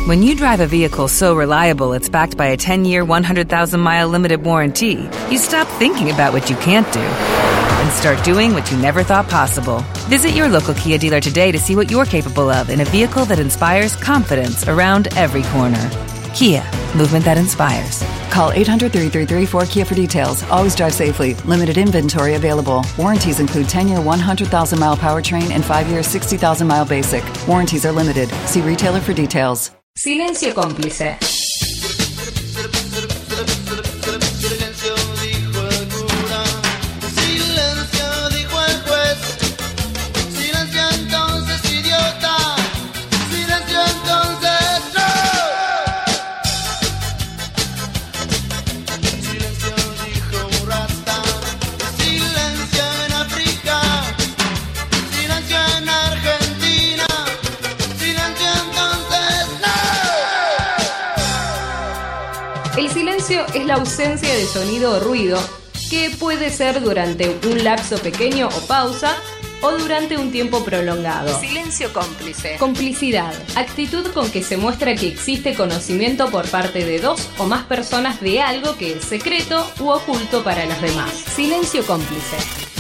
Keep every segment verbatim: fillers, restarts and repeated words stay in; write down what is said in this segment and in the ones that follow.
When you drive a vehicle so reliable it's backed by a ten-year, one hundred thousand mile limited warranty, you stop thinking about what you can't do and start doing what you never thought possible. Visit your local Kia dealer today to see what you're capable of in a vehicle that inspires confidence around every corner. Kia, movement that inspires. Call eight hundred, three three three, four K I A for details. Always drive safely. Limited inventory available. Warranties include ten-year, one hundred thousand mile powertrain and five-year, sixty thousand mile basic. Warranties are limited. See retailer for details. Silencio cómplice. Es la ausencia de sonido o ruido, que puede ser durante un lapso pequeño o pausa, o durante un tiempo prolongado. Silencio cómplice. Complicidad. Actitud con que se muestra que existe conocimiento por parte de dos o más personas de algo que es secreto u oculto para los demás. Silencio cómplice.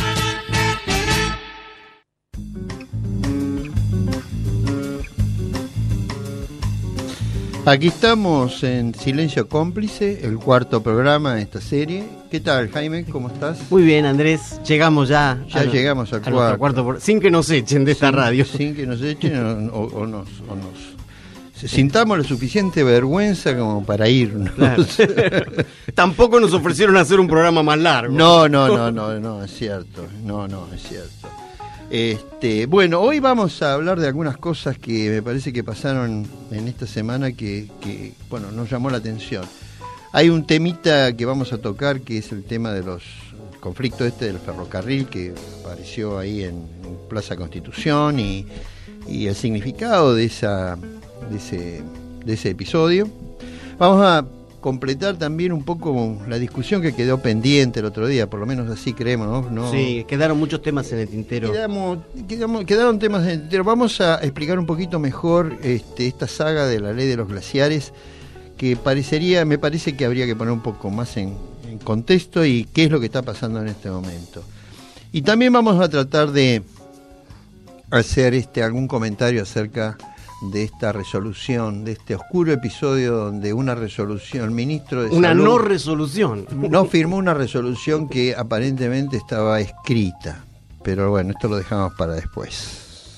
Aquí estamos en Silencio Cómplice, el cuarto programa de esta serie. ¿Qué tal, Jaime? ¿Cómo estás? Muy bien, Andrés. Llegamos ya. Ya a llegamos al a cuarto. cuarto por, sin que nos echen de esta sin, radio. Sin que nos echen o, o, o nos, o nos sintamos la suficiente vergüenza como para irnos. Claro. Tampoco nos ofrecieron hacer un programa más largo. No, no, no, no, no, es cierto. No, no, es cierto. Este, bueno, hoy vamos a hablar de algunas cosas que me parece que pasaron en esta semana que, que, bueno, nos llamó la atención. Hay un temita que vamos a tocar que es el tema de los el conflicto este del ferrocarril que apareció ahí en, en Plaza Constitución y, y el significado de esa de ese, de ese episodio. Vamos a completar también un poco la discusión que quedó pendiente el otro día, por lo menos así creemos, ¿no? no Sí, quedaron muchos temas en el tintero. Quedamos, quedamos, quedaron temas en el tintero. Vamos a explicar un poquito mejor este, esta saga de la ley de los glaciares, que parecería, me parece que habría que poner un poco más en, en contexto y qué es lo que está pasando en este momento. Y también vamos a tratar de hacer este algún comentario acerca de esta resolución, de este oscuro episodio donde una resolución, el ministro de Una Salud no resolución. no firmó una resolución que aparentemente estaba escrita. Pero bueno, esto lo dejamos para después.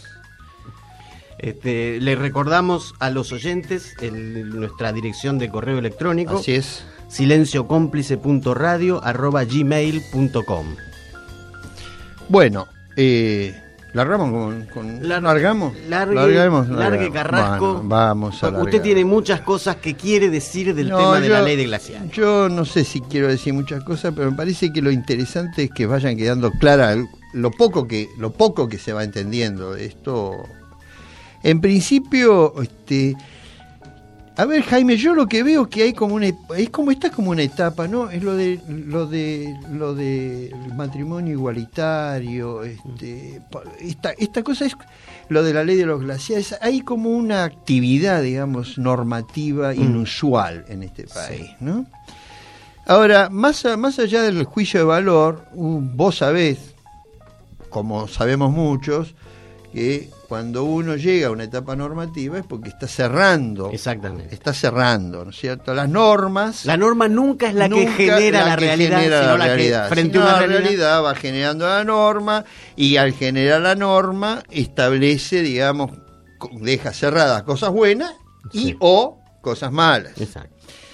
Este, le recordamos a los oyentes el, nuestra dirección de correo electrónico. Así es. silenciocómplice punto radio arroba gmail punto com. Bueno, eh... ¿Largamos con, con Lar- largamos? Largue, Larguemos, largue largamos. Carrasco. Bueno, vamos a largar. Usted tiene muchas cosas que quiere decir del No, tema de yo- la ley de glaciares. Yo no sé si quiero decir muchas cosas, pero me parece que lo interesante es que vayan quedando claras lo poco que lo poco que se va entendiendo de esto. En principio, este, a ver, Jaime, yo lo que veo que hay como una es como esta como una etapa, ¿no? Es lo de lo de lo de el matrimonio igualitario, este, esta esta cosa es lo de la ley de los glaciares. Hay como una actividad, digamos, normativa mm. inusual en este país, sí. ¿No? Ahora, más a, más allá del juicio de valor, uh, vos sabés, como sabemos muchos, que cuando uno llega a una etapa normativa es porque está cerrando. Exactamente. Está cerrando, ¿no es cierto? Las normas... La norma nunca es la nunca que genera la, la que realidad, genera sino la la realidad. que frente Sino a una la realidad... realidad va generando la norma y al generar la norma establece, digamos, deja cerradas cosas buenas y sí. o cosas malas. Exacto.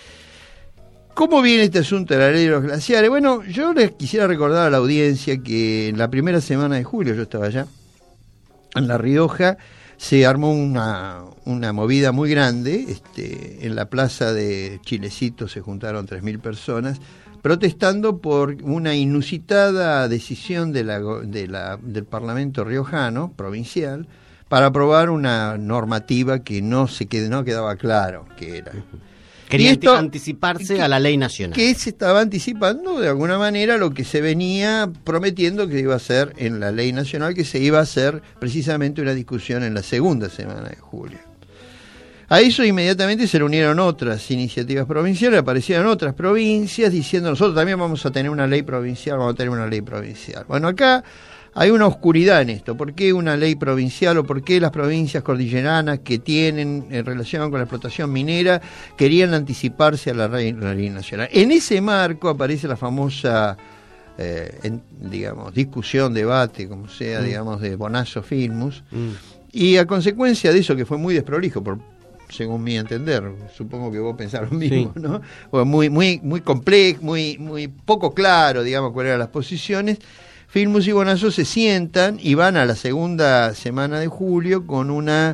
¿Cómo viene este asunto de la ley de los glaciares? Bueno, yo les quisiera recordar a la audiencia que en la primera semana de julio, yo estaba allá, en La Rioja, se armó una, una movida muy grande. Este, en la plaza de Chilecito se juntaron tres mil personas protestando por una inusitada decisión de la, de la, del Parlamento riojano, provincial, para aprobar una normativa que no, se qued, no quedaba claro qué era. Quería esto, anticiparse que, a la ley nacional. Que se estaba anticipando de alguna manera lo que se venía prometiendo que iba a ser en la ley nacional, que se iba a hacer precisamente una discusión en la segunda semana de julio. A eso inmediatamente se le unieron otras iniciativas provinciales, aparecieron otras provincias diciendo nosotros también vamos a tener una ley provincial, vamos a tener una ley provincial. Bueno, acá hay una oscuridad en esto. ¿Por qué una ley provincial o por qué las provincias cordilleranas que tienen en relación con la explotación minera querían anticiparse a la ley, la ley nacional? En ese marco aparece la famosa, eh, en, digamos, discusión, debate, como sea, mm. digamos, de Bonasso Filmus, mm. y a consecuencia de eso, que fue muy desprolijo, por, según mi entender, supongo que vos pensás lo mismo, sí. ¿no? O muy, muy, muy complejo, muy, muy poco claro, digamos, cuáles eran las posiciones. Filmus y Bonasso se sientan y van a la segunda semana de julio con una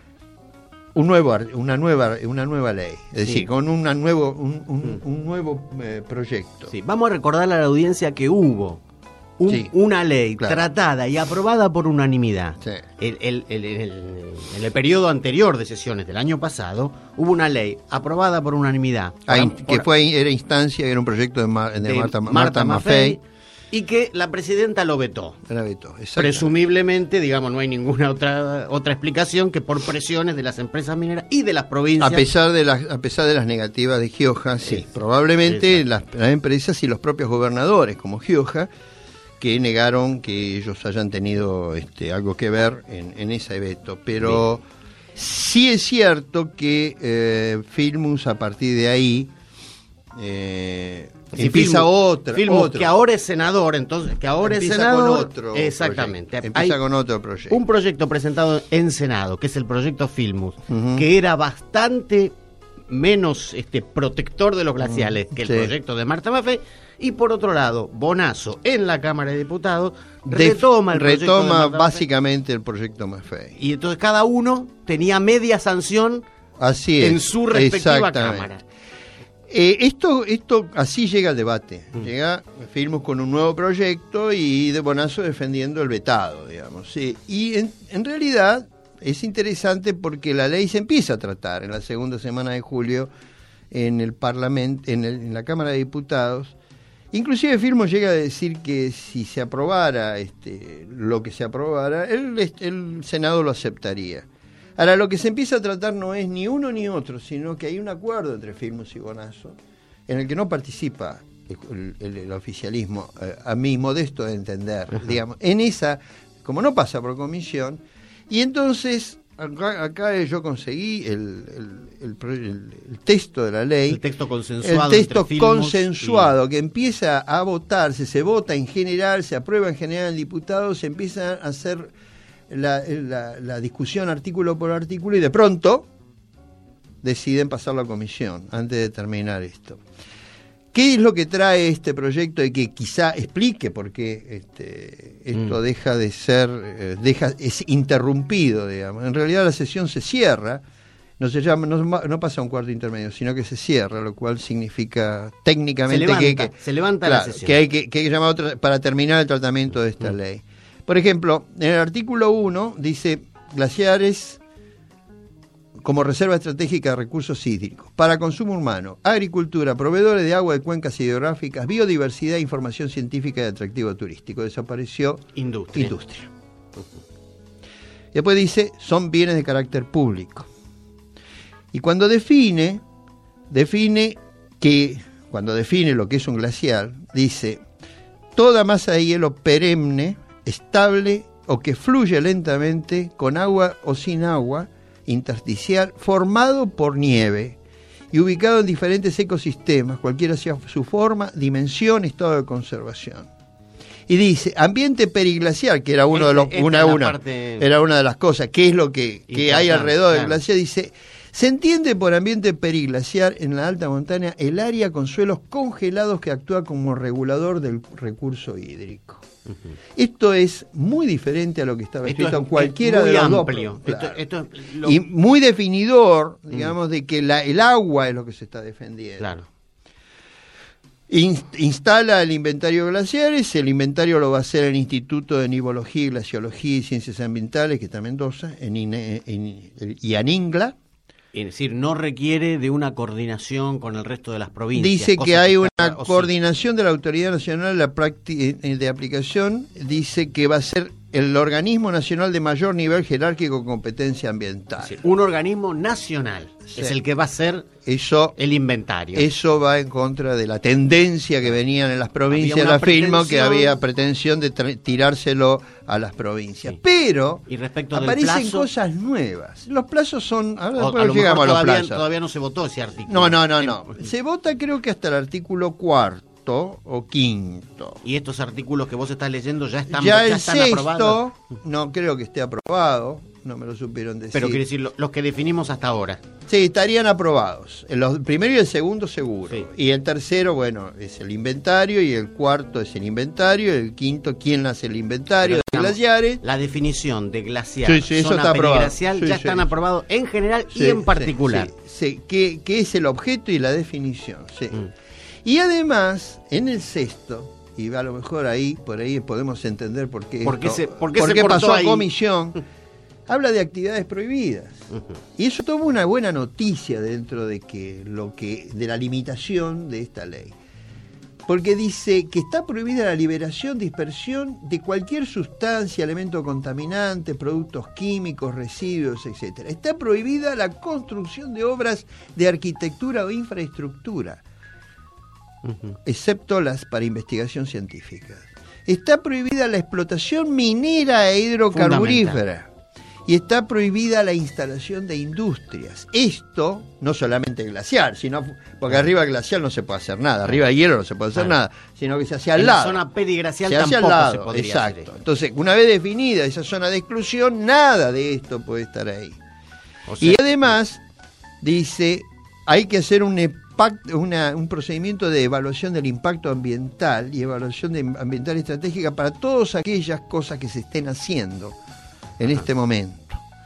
un nuevo una nueva una nueva ley, es sí. decir, con una nuevo un, un, un nuevo eh, proyecto. Sí, vamos a recordarle a la audiencia que hubo un, sí, una ley claro. tratada y aprobada por unanimidad. Sí. El, el, el, el, el, en el periodo anterior de sesiones del año pasado hubo una ley aprobada por unanimidad. Ah, por, que por, fue era instancia, era un proyecto de, Mar, de, de Marta, Marta, Marta Maffei. Y que la presidenta lo vetó. La vetó, presumiblemente, digamos, no hay ninguna otra otra explicación que por presiones de las empresas mineras y de las provincias. A pesar de las a pesar de las negativas de Gioja, sí, sí probablemente las, las empresas y los propios gobernadores, como Gioja, que negaron que ellos hayan tenido este, algo que ver en, en ese veto. Pero bien. Sí es cierto que eh, Filmus a partir de ahí eh, Sí, empieza Filmus, otra, Filmus, otro. que ahora es senador, entonces que ahora empieza es senador. Con otro exactamente. Proyecto. Empieza Hay con otro proyecto. Un proyecto presentado en Senado, que es el proyecto Filmus, uh-huh. que era bastante menos este protector de los glaciales uh-huh. que el sí. proyecto de Marta Maffei, y por otro lado, Bonasso en la Cámara de Diputados retoma el proyecto retoma de Marta básicamente Maffei. El proyecto Maffei. Y entonces cada uno tenía media sanción Así es. en su respectiva Cámara. Eh, esto, esto así llega al debate. Mm. Llega Filmus con un nuevo proyecto y de Bonasso defendiendo el vetado, digamos. Sí. Y en, en realidad es interesante porque la ley se empieza a tratar en la segunda semana de julio en el Parlamento, en, el, en la Cámara de Diputados. Inclusive Filmus llega a decir que si se aprobara este, lo que se aprobara, el, el Senado lo aceptaría. Ahora, lo que se empieza a tratar no es ni uno ni otro, sino que hay un acuerdo entre Filmus y Bonasso, en el que no participa el, el, el oficialismo, eh, a mi modesto de entender, uh-huh. digamos, en esa, como no pasa por comisión, y entonces, acá, acá yo conseguí el, el, el, el, el texto de la ley, el texto consensuado, el texto consensuado, y... que empieza a votarse, se vota en general, se aprueba en general en diputados, se empieza a hacer... La, la, la discusión artículo por artículo y de pronto deciden pasarlo a comisión antes de terminar esto. ¿Qué es lo que trae este proyecto y que quizá explique por qué este, esto mm. deja de ser, eh, deja es interrumpido, digamos? En realidad la sesión se cierra, no se llama, no, no pasa a un cuarto intermedio, sino que se cierra, lo cual significa técnicamente se levanta, que, que se levanta claro, la sesión. Que hay que, que, hay que llamar otra, para terminar el tratamiento de esta mm. ley. Por ejemplo, en el artículo uno dice glaciares como reserva estratégica de recursos hídricos, para consumo humano, agricultura, proveedores de agua de cuencas hidrográficas, biodiversidad, información científica y atractivo turístico. Desapareció industria. industria. Después dice, son bienes de carácter público. Y cuando define, define que, cuando define lo que es un glacial, dice, toda masa de hielo perenne, estable o que fluye lentamente con agua o sin agua, intersticial, formado por nieve y ubicado en diferentes ecosistemas, cualquiera sea su forma, dimensión, estado de conservación. Y dice, ambiente periglacial, que era uno este, de los una, una era una de las cosas, que es lo que, que hay alrededor claro. del glaciar, dice, se entiende por ambiente periglaciar en la alta montaña el área con suelos congelados que actúa como regulador del recurso hídrico. Uh-huh. Esto es muy diferente a lo que estaba escrito en cualquiera de los amplio. dos. Claro. Esto, esto es lo... Y muy definidor, digamos, mm. de que la, el agua es lo que se está defendiendo. Claro. In, instala el inventario de glaciares, el inventario lo va a hacer el Instituto de Nivología, Glaciología y Ciencias Ambientales, que está en Mendoza, en, in, en, en y Aningla. Es decir, no requiere de una coordinación con el resto de las provincias. Dice que hay una coordinación de la Autoridad Nacional de, la práctica, de Aplicación, dice que va a ser el organismo nacional de mayor nivel jerárquico de competencia ambiental. Es decir, un organismo nacional sí. es el que va a ser eso, el inventario. Eso va en contra de la tendencia que venían en las provincias de la Filmo, que había pretensión de tirárselo a las provincias. Sí. Pero y respecto aparecen del plazo, cosas nuevas. Los plazos son... Ahora o, a lo llegamos mejor a los todavía, plazos. Todavía no se votó ese artículo. No, no, no, no. Se vota creo que hasta el artículo cuarto o quinto. ¿Y estos artículos que vos estás leyendo ya están, ya, ya el están sexto, aprobados? No creo que esté aprobado, no me lo supieron decir. Pero quiere decir, lo, los que definimos hasta ahora. Sí, estarían aprobados. El primero y el segundo seguro. Sí. Y el tercero, bueno, es el inventario, y el cuarto es el inventario, y el quinto, ¿quién hace el inventario Pero, de glaciares? La definición de glaciar, sí, sí, eso zona está aprobado. pediglacial, Sí, ya sí. están aprobados en general Sí, y en particular. Sí, sí, sí. ¿Qué, qué es el objeto y la definición? Sí. Mm. Y además, en el sexto, y a lo mejor ahí, por ahí podemos entender por qué, ¿Por qué esto, se- por qué por se qué portó pasó ahí? a comisión, habla de actividades prohibidas. Uh-huh. Y eso toma una buena noticia dentro de que lo que de la limitación de esta ley. Porque dice que está prohibida la liberación, dispersión de cualquier sustancia, elemento contaminante, productos químicos, residuos, etcétera. Está prohibida la construcción de obras de arquitectura o infraestructura, Uh-huh. excepto las para investigación científica. Está prohibida la explotación minera e hidrocarburífera. Y está prohibida la instalación de industrias. Esto, no solamente glaciar, sino porque arriba glacial no se puede hacer nada, arriba de hielo no se puede hacer Claro. nada, sino que se hace al En lado. la zona pediglacial se hace al tampoco lado, se podría exacto. hacer. Entonces, una vez definida esa zona de exclusión, nada de esto puede estar ahí. O sea, Y además, dice, hay que hacer un, impact, una, un procedimiento de evaluación del impacto ambiental y evaluación de, ambiental estratégica para todas aquellas cosas que se estén haciendo en este momento.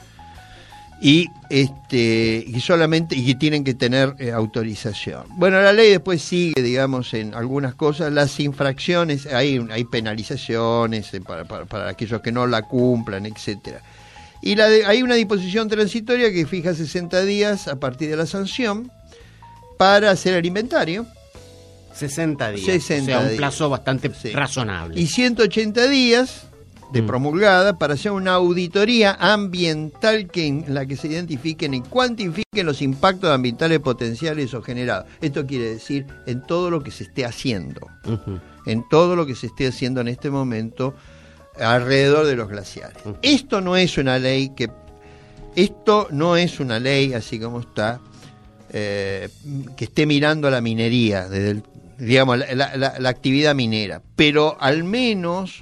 Y este y solamente y que tienen que tener eh, autorización. Bueno, la ley después sigue, digamos, en algunas cosas, las infracciones, hay, hay penalizaciones eh, para, para, para aquellos que no la cumplan, etcétera. Y la de, hay una disposición transitoria que fija sesenta días a partir de la sanción para hacer el inventario. sesenta días. sesenta o sea, un días. plazo bastante Sí. razonable. Y ciento ochenta días de Mm. promulgada para hacer una auditoría ambiental que en la que se identifiquen y cuantifiquen los impactos ambientales potenciales o generados. Esto quiere decir en todo lo que se esté haciendo, Uh-huh. en todo lo que se esté haciendo en este momento alrededor de los glaciares. Uh-huh. Esto no es una ley que esto no es una ley así como está eh, que esté mirando a la minería, desde el, digamos la, la, la, la actividad minera, pero al menos.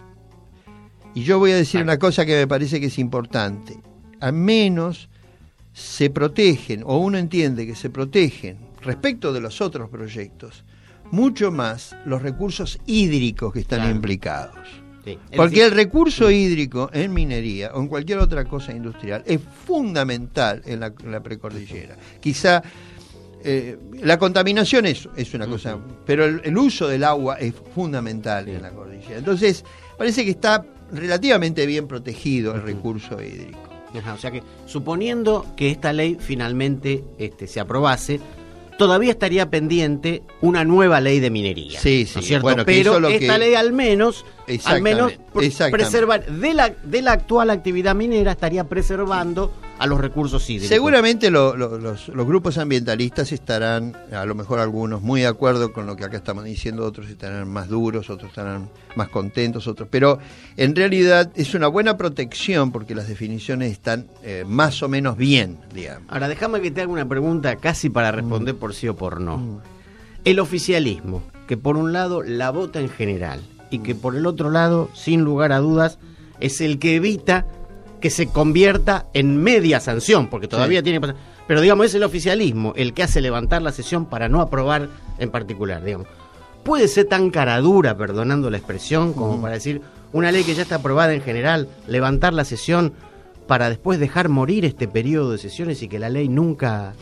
Y yo voy a decir una cosa que me parece que es importante. Al menos se protegen, o uno entiende que se protegen, respecto de los otros proyectos, mucho más los recursos hídricos que están Claro. implicados. Sí. Es Porque decir, el recurso hídrico en minería o en cualquier otra cosa industrial es fundamental en la, en la precordillera. Quizá eh, la contaminación es, es una cosa, pero el, el uso del agua es fundamental en la cordillera. Entonces, parece que está relativamente bien protegido el recurso hídrico. Ajá, o sea que, suponiendo que esta ley finalmente este, se aprobase, todavía estaría pendiente una nueva ley de minería. Sí, sí, ¿no es cierto? bueno, que pero eso lo esta que- ley al menos, al menos Exactamente, pr- exactamente. preservar de la de la actual actividad minera estaría preservando a los recursos hídricos. Seguramente lo- lo- los, los grupos ambientalistas estarán, a lo mejor algunos muy de acuerdo con lo que acá estamos diciendo, otros estarán más duros, otros estarán más contentos, otros, pero en realidad es una buena protección porque las definiciones están eh, más o menos bien, digamos. Ahora, déjame que te haga una pregunta casi para responder por sí o por no. El oficialismo, que por un lado la vota en general y que por el otro lado, sin lugar a dudas, es el que evita que se convierta en media sanción, porque todavía Sí. tiene que pasar. Pero digamos, es el oficialismo el que hace levantar la sesión para no aprobar en particular, digamos. ¿Puede ser tan cara dura, perdonando la expresión, como para decir una ley que ya está aprobada en general, levantar la sesión para después dejar morir este periodo de sesiones y que la ley nunca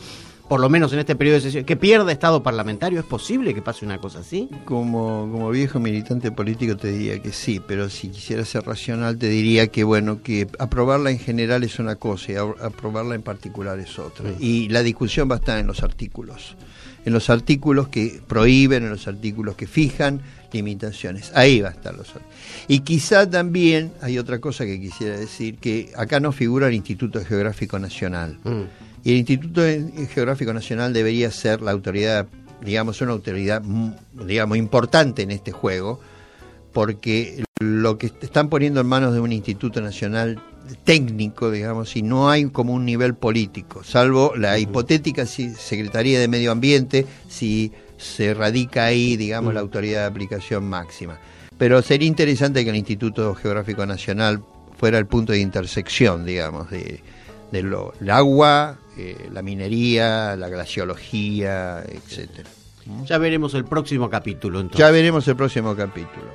por lo menos en este periodo de sesión, que pierda estado parlamentario? ¿Es posible que pase una cosa así? Como, como viejo militante político te diría que sí, pero si quisiera ser racional te diría que bueno, que aprobarla en general es una cosa y aprobarla en particular es otra. Mm. Y la discusión va a estar en los artículos, en los artículos que prohíben, en los artículos que fijan limitaciones. Ahí va a estar los artículos. Y quizá también hay otra cosa que quisiera decir, que acá no figura el Instituto Geográfico Nacional. Mm. Y el Instituto Geográfico Nacional debería ser la autoridad, digamos, una autoridad, digamos, importante en este juego, porque lo que están poniendo en manos de un Instituto Nacional técnico, digamos, y no hay como un nivel político, salvo la hipotética Secretaría de Medio Ambiente, si se radica ahí, digamos, la autoridad de aplicación máxima. Pero sería interesante que el Instituto Geográfico Nacional fuera el punto de intersección, digamos, de, de lo, el agua, eh, la minería, la glaciología, etcétera. Ya veremos el próximo capítulo, entonces. Ya veremos el próximo capítulo.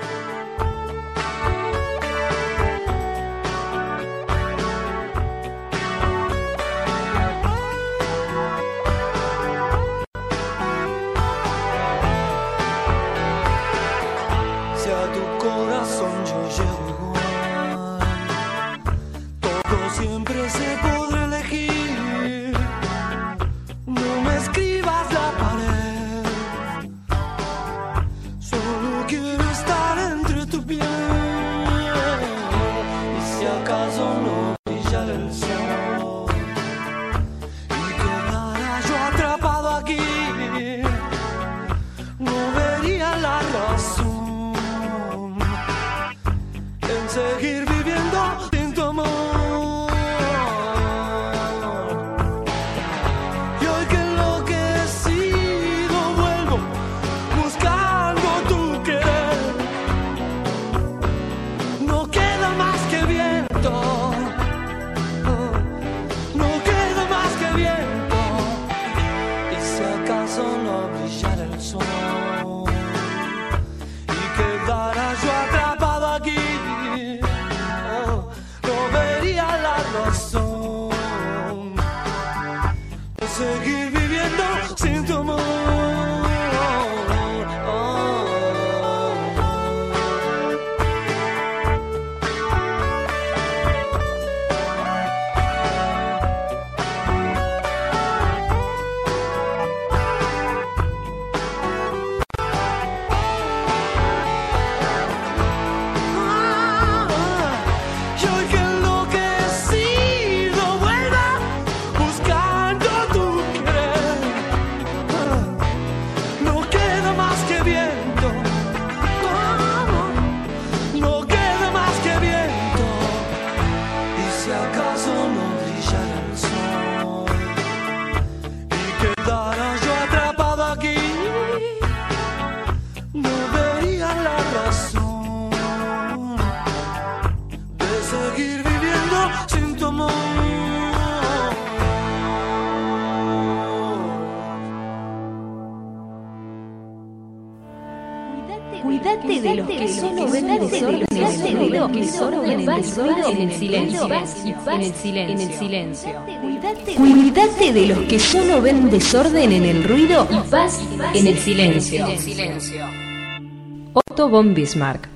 Cuídate de los que solo ven desorden en el silencio, en el silencio. Cuídate de los que solo ven desorden en el ruido y paz en el silencio. Otto von Bismarck.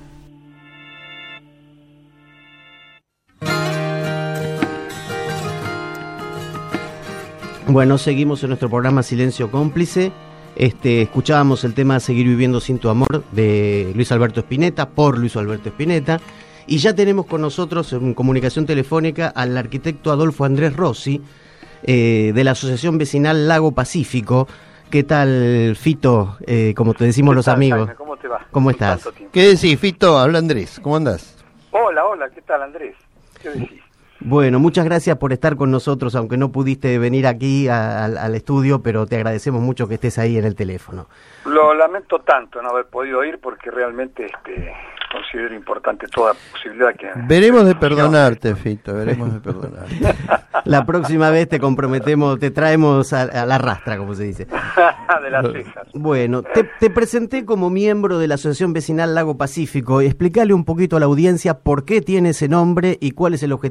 Bueno, seguimos en nuestro programa Silencio Cómplice. Este, escuchábamos el tema Seguir viviendo sin tu amor de Luis Alberto Spinetta, por Luis Alberto Spinetta, y ya tenemos con nosotros en comunicación telefónica al arquitecto Adolfo Andrés Rossi, eh, de la Asociación Vecinal Lago Pacífico. ¿Qué tal, Fito? Eh, como te decimos los tal, amigos. Jaime? ¿Cómo te va? ¿Cómo estás? ¿Qué decís, Fito? Habla Andrés, ¿cómo andás? Hola, hola, ¿qué tal, Andrés? ¿Qué decís? Bueno, muchas gracias por estar con nosotros, aunque no pudiste venir aquí a, a, al estudio, pero te agradecemos mucho que estés ahí en el teléfono. Lo lamento tanto no haber podido ir porque realmente este, considero importante toda posibilidad que... Veremos de perdonarte, Fito, veremos de perdonarte. La próxima vez te comprometemos, te traemos a, a la rastra, como se dice. De las cejas. Bueno, te, te presenté como miembro de la Asociación Vecinal Lago Pacífico. Explícale un poquito a la audiencia por qué tiene ese nombre y cuál es el objetivo central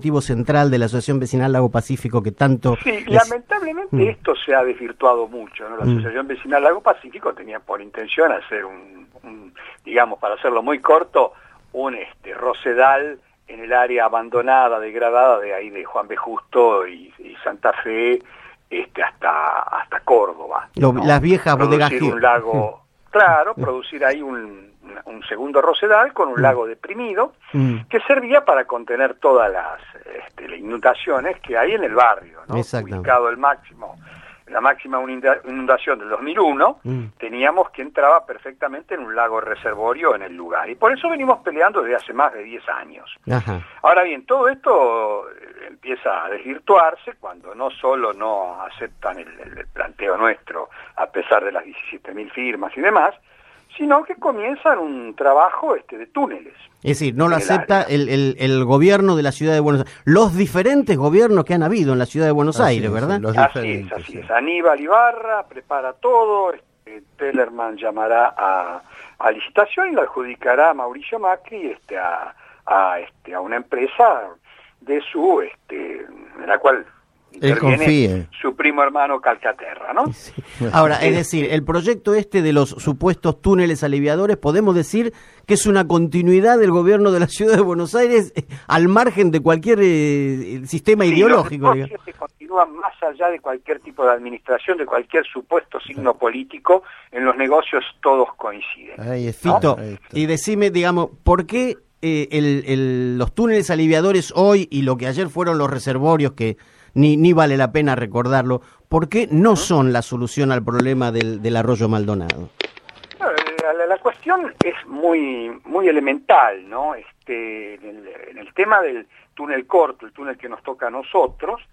central de la Asociación Vecinal Lago Pacífico que tanto... Sí, es... lamentablemente mm. esto se ha desvirtuado mucho, ¿no? La mm. Asociación Vecinal Lago Pacífico tenía por intención hacer un, un digamos, para hacerlo muy corto, un este rosedal en el área abandonada, degradada de ahí de Juan B. Justo y, y Santa Fe, este hasta hasta Córdoba, Lo, ¿no? Las viejas bodegas. Producir un lago, claro, producir ahí un, un segundo rosedal con un mm. lago deprimido mm. que servía para contener todas las, este, las inundaciones que hay en el barrio, ¿no? Ubicado el máximo, la máxima inundación del dos mil uno, mm. teníamos que entraba perfectamente en un lago reservorio en el lugar. Y por eso venimos peleando desde hace más de diez años. Ajá. Ahora bien, todo esto empieza a desvirtuarse cuando no solo no aceptan el, el planteo nuestro, a pesar de las diecisiete mil firmas y demás, sino que comienzan un trabajo este de túneles. Es decir, no lo acepta el, el, el gobierno de la Ciudad de Buenos Aires, los diferentes gobiernos que han habido en la Ciudad de Buenos así Aires, es, ¿verdad? Los así es, así sí. es. Aníbal Ibarra prepara todo, este, Tellerman llamará a, a licitación y la adjudicará a Mauricio Macri este, a, a, este, a una empresa de su, este, en la cual interviene su primo hermano Calcaterra, ¿no? Sí. Ahora, es decir, el proyecto este de los supuestos túneles aliviadores, podemos decir que es una continuidad del gobierno de la Ciudad de Buenos Aires eh, al margen de cualquier eh, sistema sí, ideológico. Los negocios continúan más allá de cualquier tipo de administración, de cualquier supuesto signo político, en los negocios todos coinciden. Ahí es, Fito, ¿no? Y decime, digamos, ¿por qué eh, el, el, los túneles aliviadores hoy y lo que ayer fueron los reservorios que Ni, ni vale la pena recordarlo, ¿por qué no son la solución al problema del, del arroyo Maldonado? La, la cuestión es muy muy elemental, ¿no? Este, en el, en el tema del túnel corto, el túnel que nos toca a nosotros,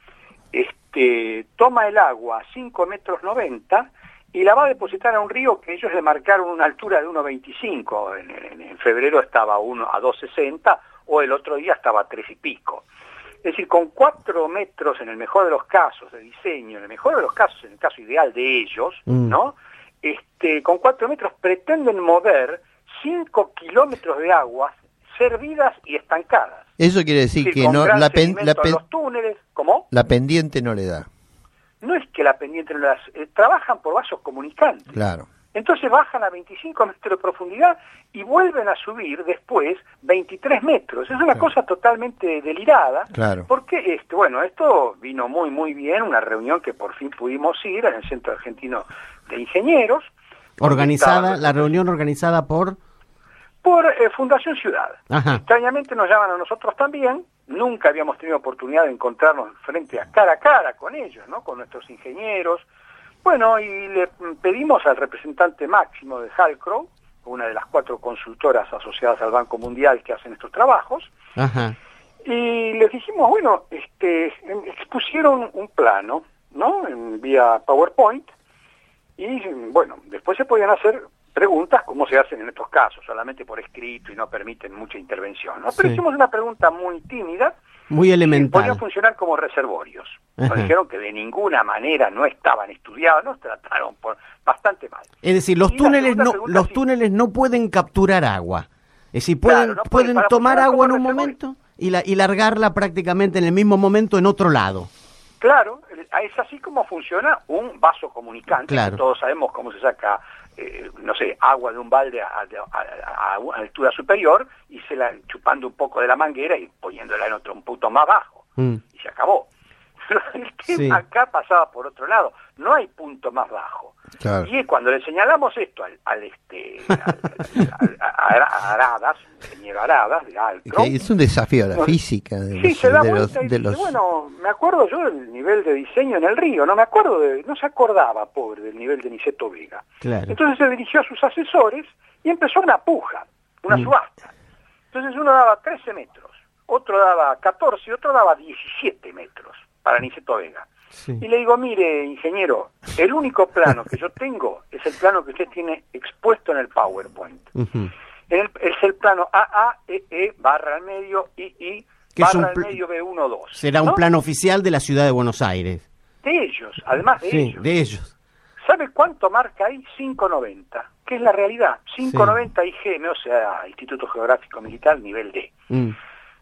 este, toma el agua a cinco metros noventa y la va a depositar a un río que ellos le marcaron una altura de uno veinticinco, en, en, en febrero estaba a, uno, a dos sesenta o el otro día estaba a tres y pico. Es decir, con cuatro metros en el mejor de los casos de diseño, en el mejor de los casos, en el caso ideal de ellos, mm. ¿no? Este, con cuatro metros pretenden mover cinco kilómetros de aguas servidas y estancadas. Eso quiere decir, es decir que no la, pen, la, pen, los túneles, ¿cómo? La pendiente no le da. No es que la pendiente no le da, eh, trabajan por vasos comunicantes. Claro. Entonces bajan a veinticinco metros de profundidad y vuelven a subir después veintitrés metros. Es una claro. cosa totalmente delirada. Claro. Porque, este, bueno, esto vino muy, muy bien, una reunión que por fin pudimos ir en el Centro Argentino de Ingenieros. Organizada, la reunión organizada por... Por eh, Fundación Ciudad. Ajá. Extrañamente nos llaman a nosotros también. Nunca habíamos tenido oportunidad de encontrarnos frente a cara a cara con ellos, ¿no? Con nuestros ingenieros. Bueno, y le pedimos al representante máximo de Halcrow, una de las cuatro consultoras asociadas al Banco Mundial que hacen estos trabajos, Ajá. y les dijimos, bueno, este, expusieron un plano, ¿no?, en vía PowerPoint, y bueno, después se podían hacer preguntas como se hacen en estos casos, solamente por escrito y no permiten mucha intervención, ¿no? Pero sí. hicimos una pregunta muy tímida, muy elemental. Podían funcionar como reservorios. Nos dijeron que de ninguna manera no estaban estudiados, nos trataron por bastante mal. Es decir, los y túneles no los sí. túneles no pueden capturar agua. Es decir, pueden claro, no pueden, pueden tomar agua en un momento y la y largarla prácticamente en el mismo momento en otro llado. Claro, es así como funciona un vaso comunicante. Claro. Todos sabemos cómo se saca, eh, no sé, agua de un balde a, a, a, a una altura superior y se la chupando un poco de la manguera y poniéndola en otro un punto más bajo. Mm. Y se acabó. Pero el tema sí. acá pasaba por otro lado. No hay punto más bajo. Claro. Y cuando le señalamos esto al, al este al, al, a, a Aradas, ingeniero Aradas, de Alcro, es un desafío a la nos, física de sí, los, se da de vuelta los, y de dice, los... bueno, me acuerdo yo del nivel de diseño en el río, no me acuerdo de, no se acordaba, pobre, del nivel de Niceto Vega. Claro. Entonces se dirigió a sus asesores y empezó una puja, una mm. subasta. Entonces uno daba trece metros, otro daba catorce y otro daba diecisiete metros para Niceto Vega. Sí. Y le digo, mire, ingeniero, el único plano que yo tengo es el plano que usted tiene expuesto en el PowerPoint. Uh-huh. En el, es el plano A A E E barra al medio I I barra al medio B uno dos. Será ¿no? un plano oficial de la Ciudad de Buenos Aires. De ellos, además de sí, ellos. de ellos. ¿Sabe cuánto marca ahí? cinco noventa, que es la realidad. cinco noventa sí. I G M, o sea, Instituto Geográfico Militar, nivel D. Mm.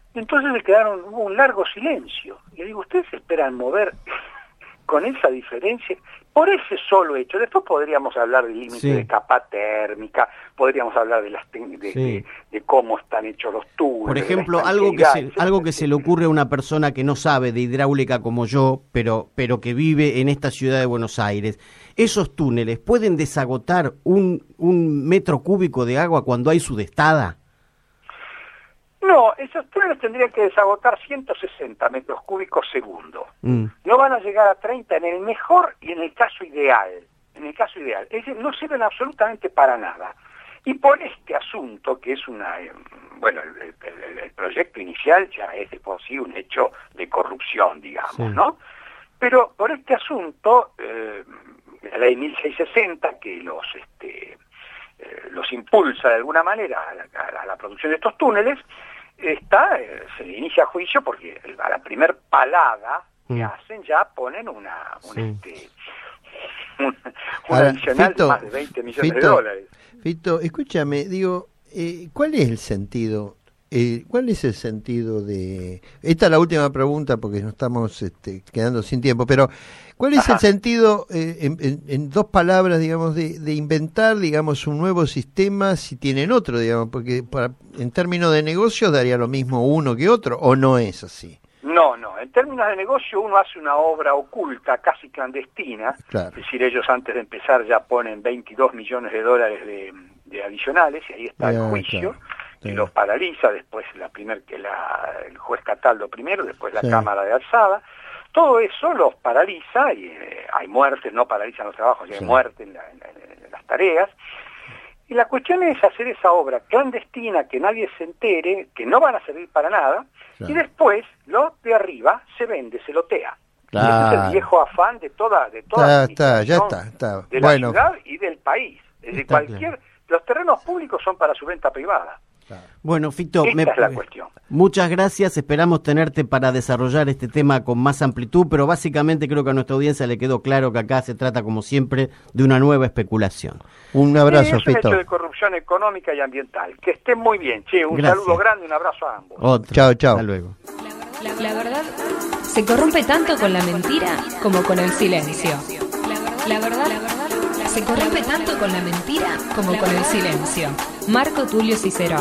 Entonces se quedaron, hubo un largo silencio. Y le digo, ¿ustedes esperan mover con esa diferencia? Por ese solo hecho. Después podríamos hablar del límite sí. de capa térmica, podríamos hablar de, las de, sí. de, de cómo están hechos los túneles. Por ejemplo, algo que se, algo que se le ocurre a una persona que no sabe de hidráulica como yo, pero, pero que vive en esta ciudad de Buenos Aires. ¿Esos túneles pueden desagotar un, un metro cúbico de agua cuando hay sudestada? No, esos túneles tendrían que desagotar ciento sesenta metros cúbicos segundo. Mm. No van a llegar a treinta en el mejor y en el caso ideal. En el caso ideal. Es decir, no sirven absolutamente para nada. Y por este asunto, que es una... Eh, bueno, el, el, el proyecto inicial ya es de por sí un hecho de corrupción, digamos, sí. ¿no? Pero por este asunto, eh, la ley mil seiscientos sesenta, que los... este Eh, los impulsa de alguna manera a la, a la producción de estos túneles, está, eh, se le inicia juicio porque a la primer palada que mm. hacen ya ponen una, una, sí. este, un, un Ahora, adicional Fito, de más de veinte millones Fito, de dólares. Fito, escúchame, digo, eh, ¿cuál es el sentido? Eh, ¿Cuál es el sentido de...? Esta es la última pregunta porque nos estamos este, quedando sin tiempo, pero ¿cuál es Ajá. el sentido, eh, en, en, en dos palabras, digamos, de, de inventar, digamos, un nuevo sistema si tienen otro, digamos? Porque para, en términos de negocios daría lo mismo uno que otro, ¿o no es así? No, no. En términos de negocio uno hace una obra oculta, casi clandestina. Claro. Es decir, ellos antes de empezar ya ponen veintidós millones de dólares de, de adicionales y ahí está ya, el juicio. Claro. Y sí. los paraliza, después la primer que la, el juez Cataldo primero, después la sí. Cámara de Alzada. Todo eso los paraliza y eh, hay muertes, no paralizan los trabajos, sí. hay muertes en, la, en, en, en las tareas. Y la cuestión es hacer esa obra clandestina, que nadie se entere, que no van a servir para nada, claro. y después lo de arriba se vende, se lotea. Claro. Ese es el viejo afán de toda, de toda está, está, ya está, está. de Bueno. la ciudad y del país. Es decir, cualquier, claro. los terrenos públicos son para su venta privada. Claro. Bueno, Fito, Esta me, es la cuestión. Muchas gracias, esperamos tenerte para desarrollar este tema con más amplitud, pero básicamente creo que a nuestra audiencia le quedó claro que acá se trata, como siempre, de una nueva especulación. Un abrazo, sí, es Fito. un hecho de corrupción económica y ambiental. Que estén muy bien, che, un gracias. saludo grande, un abrazo a ambos. Otro. Chao, chao. Hasta luego. La, la, la verdad se corrompe tanto con la mentira como con el silencio. La verdad, la verdad se corrompe tanto con la mentira como con el silencio. Marco Tulio Cicerón.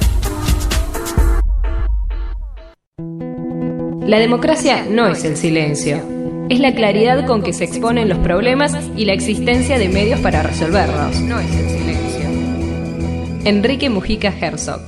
La democracia no es el silencio, es la claridad con que se exponen los problemas y la existencia de medios para resolverlos. No es el silencio. Enrique Mujica Herzog.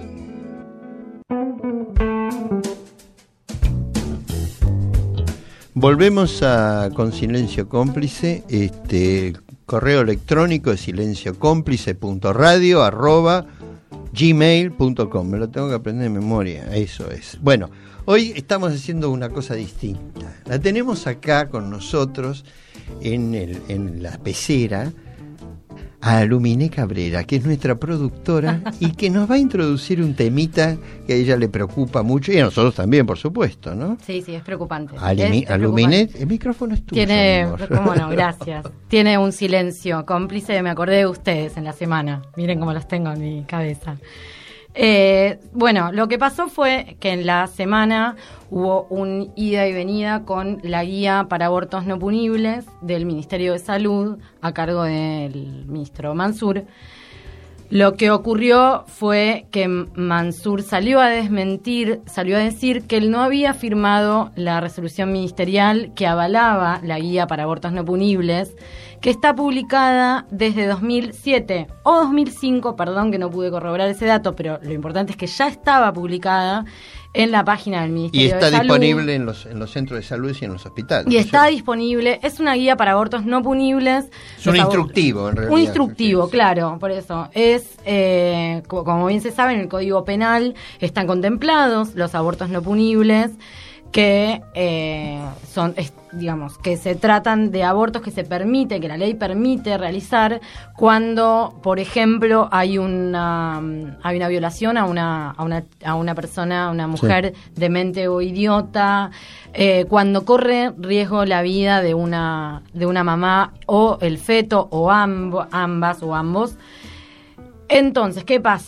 Volvemos a con Silencio Cómplice, este correo electrónico es silenciocómplice punto radio arroba gmail punto com. Me lo tengo que aprender de memoria, eso es. Bueno, hoy estamos haciendo una cosa distinta. La tenemos acá con nosotros en, el, en la pecera a Luminé Cabrera, que es nuestra productora y que nos va a introducir un temita que a ella le preocupa mucho y a nosotros también, por supuesto, ¿no? Sí, sí, es preocupante. A, es, es es Luminé, el micrófono es tuyo. Tiene, cómo no, gracias. Tiene un silencio cómplice, me acordé de ustedes en la semana. Miren cómo los tengo en mi cabeza. Eh, bueno, lo que pasó fue que en la semana hubo un ida y venida con la guía para abortos no punibles del Ministerio de Salud a cargo del ministro Mansur. Lo que ocurrió fue que Mansur salió a desmentir, salió a decir que él no había firmado la resolución ministerial que avalaba la guía para abortos no punibles, que está publicada desde dos mil siete o dos mil cinco, perdón que no pude corroborar ese dato, pero lo importante es que ya estaba publicada en la página del Ministerio de Salud. Y está disponible en los, en los centros de salud y en los hospitales. Y está disponible, es una guía para abortos no punibles. Es un instructivo, en realidad. Un instructivo, claro, por eso. Es, eh, como bien se sabe, en el Código Penal están contemplados los abortos no punibles, que eh, son, es, digamos, que se tratan de abortos que se permite, que la ley permite realizar cuando, por ejemplo, hay una hay una violación a una a una a una persona, a una mujer sí. demente o idiota, eh, cuando corre riesgo la vida de una de una mamá o el feto o amb- ambas o ambos. Entonces, ¿qué pasa?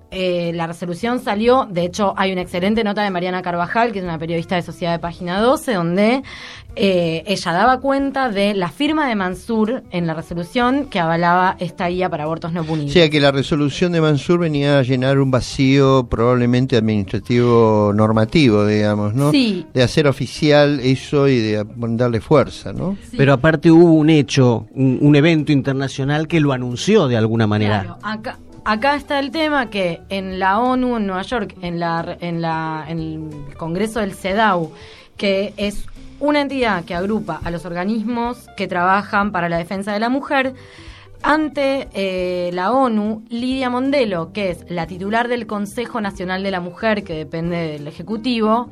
eh, la resolución salió, de hecho hay una excelente nota de Mariana Carvajal, que es una periodista de Sociedad de Página doce, donde eh, ella daba cuenta de la firma de Mansur en la resolución que avalaba esta guía para abortos no punibles. O sea que la resolución de Mansur venía a llenar un vacío probablemente administrativo normativo, digamos, ¿no? Sí. De hacer oficial eso y de darle fuerza, ¿no? Sí. Pero aparte hubo un hecho, un, un evento internacional que lo anunció de alguna manera. Claro, acá, acá está el tema que en la ONU, en Nueva York, en, la, en, la, en el Congreso del CEDAW, que es una entidad que agrupa a los organismos que trabajan para la defensa de la mujer, ante eh, la ONU, Lidia Mondelo, que es la titular del Consejo Nacional de la Mujer, que depende del Ejecutivo,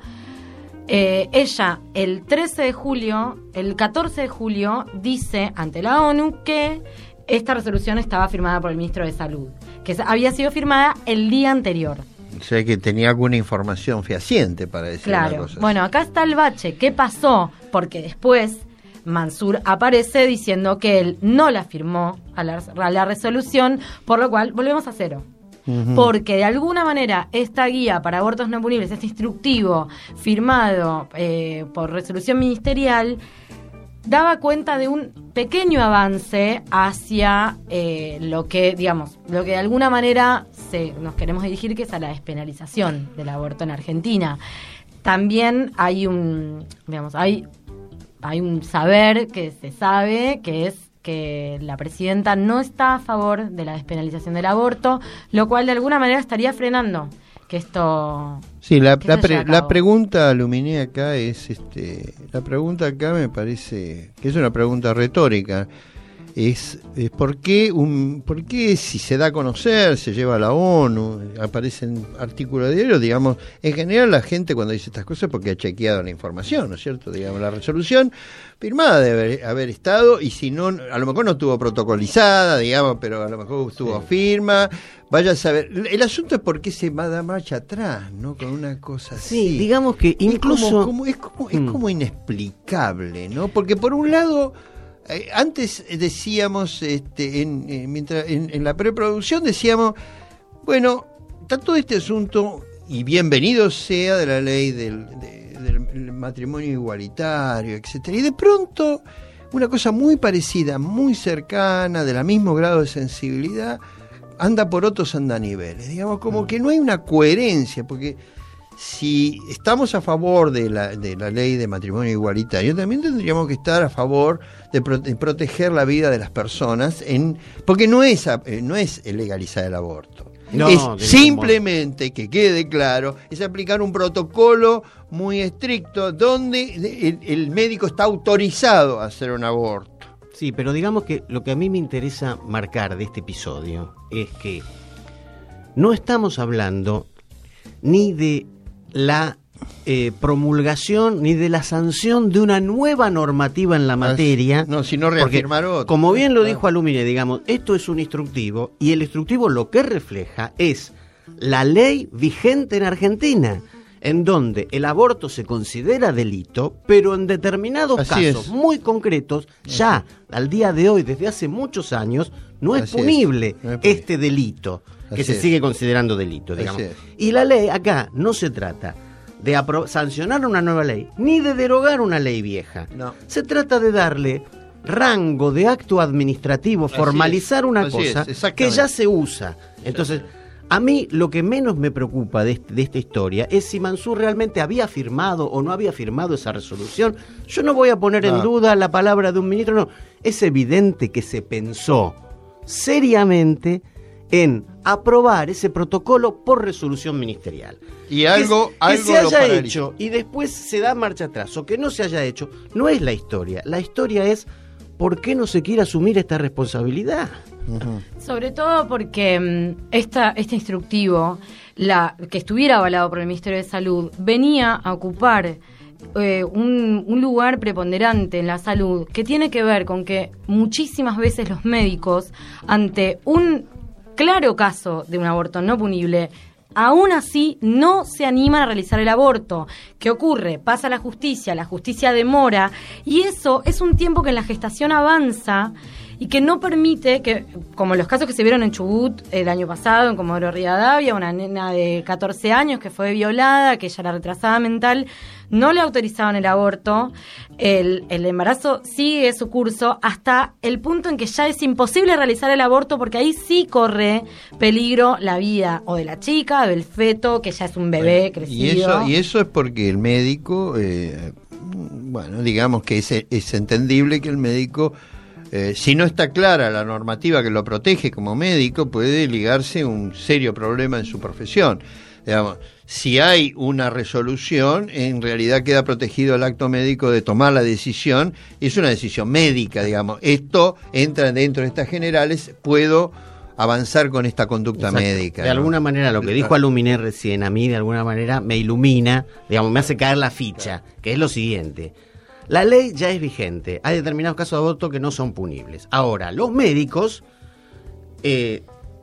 eh, ella el trece de julio, el catorce de julio, dice ante la ONU que esta resolución estaba firmada por el ministro de Salud, que había sido firmada el día anterior. O sea que tenía alguna información fehaciente para decir claro. una cosa así. Bueno, acá está el bache. ¿Qué pasó? Porque después Mansur aparece diciendo que él no la firmó a la, a la resolución, por lo cual volvemos a cero. Uh-huh. Porque de alguna manera esta guía para abortos no punibles, este instructivo firmado eh, por resolución ministerial, daba cuenta de un pequeño avance hacia eh, lo que, digamos, lo que de alguna manera se, nos queremos dirigir, que es a la despenalización del aborto en Argentina. También hay un, digamos, hay, hay un saber que se sabe, que es que la presidenta no está a favor de la despenalización del aborto, lo cual de alguna manera estaría frenando que esto... Sí, la, la, pre, la pregunta, Luminé, acá es, este, la pregunta acá me parece que es una pregunta retórica, es, es ¿por qué, un, por qué si se da a conocer, se lleva a la ONU, aparecen artículos de diario, digamos, en general la gente cuando dice estas cosas es porque ha chequeado la información, ¿no es cierto? Digamos, la resolución firmada debe haber, haber estado, y si no, a lo mejor no estuvo protocolizada, digamos, pero a lo mejor estuvo sí. firma. Vaya a saber. El asunto es por qué se va a dar marcha atrás, ¿no? Con una cosa así. Sí, digamos que incluso... Es como, como, es como, es como inexplicable, ¿no? Porque por un lado, eh, antes decíamos, este, en, eh, mientras en, en la preproducción decíamos, bueno, está todo este asunto, y bienvenido sea, de la ley del, de, del matrimonio igualitario, etcétera. Y de pronto, una cosa muy parecida, muy cercana, del mismo grado de sensibilidad, anda por otros andaniveles, digamos, como que no hay una coherencia, porque si estamos a favor de la, de la ley de matrimonio igualitario, también tendríamos que estar a favor de, pro, de proteger la vida de las personas, en porque no es, no es legalizar el aborto. No, es simplemente, que quede claro, es aplicar un protocolo muy estricto donde el, el médico está autorizado a hacer un aborto. Sí, pero digamos que lo que a mí me interesa marcar de este episodio es que no estamos hablando ni de la eh, promulgación ni de la sanción de una nueva normativa en la materia. No, sino reafirmar otra. Como bien lo dijo Alumine, digamos, esto es un instructivo, y el instructivo lo que refleja es la ley vigente en Argentina, en donde el aborto se considera delito, pero en determinados Así casos es. muy concretos, ya al día de hoy, desde hace muchos años, no es Así punible es. No es punible. este delito, que Así se es. sigue considerando delito, digamos. Así es. Y la ley acá no se trata de apro- sancionar una nueva ley, ni de derogar una ley vieja. No. Se trata de darle rango de acto administrativo, Así formalizar es. una Así cosa es, exactamente. que ya se usa. Entonces, a mí lo que menos me preocupa de, este, de esta historia es si Mansur realmente había firmado o no había firmado esa resolución. Yo no voy a poner No. en duda la palabra de un ministro, no. Es evidente que se pensó seriamente en aprobar ese protocolo por resolución ministerial. Y algo, que, algo que se lo haya paraliza. hecho y después se da marcha atrás, o que no se haya hecho, no es la historia. La historia es por qué no se quiere asumir esta responsabilidad. Uh-huh. Sobre todo porque mmm, esta, este instructivo, la que estuviera avalado por el Ministerio de Salud, venía a ocupar eh, un, un lugar preponderante en la salud, que tiene que ver con que muchísimas veces los médicos, ante un claro caso de un aborto no punible, aún así no se animan a realizar el aborto. ¿Qué ocurre? Pasa la justicia, la justicia demora, y eso es un tiempo que en la gestación avanza y que no permite que, como los casos que se vieron en Chubut el año pasado, en Comodoro Rivadavia, una nena de catorce años que fue violada, que ella era retrasada mental, no le autorizaban el aborto, el, el embarazo sigue su curso hasta el punto en que ya es imposible realizar el aborto, porque ahí sí corre peligro la vida o de la chica, o del feto, que ya es un bebé bueno, crecido. Y eso, y eso es porque el médico, eh, bueno, digamos que es, es entendible que el médico, eh, si no está clara la normativa que lo protege como médico, puede ligarse un serio problema en su profesión. Digamos, si hay una resolución, en realidad queda protegido el acto médico de tomar la decisión, es una decisión médica, digamos. Esto entra dentro de estas generales, puedo avanzar con esta conducta Exacto. médica. De ¿no? alguna manera, lo que dijo Aluminé recién, a mí de alguna manera me ilumina, digamos, me hace caer la ficha, que es lo siguiente. La ley ya es vigente, hay determinados casos de aborto que no son punibles. Ahora, los médicos... Eh,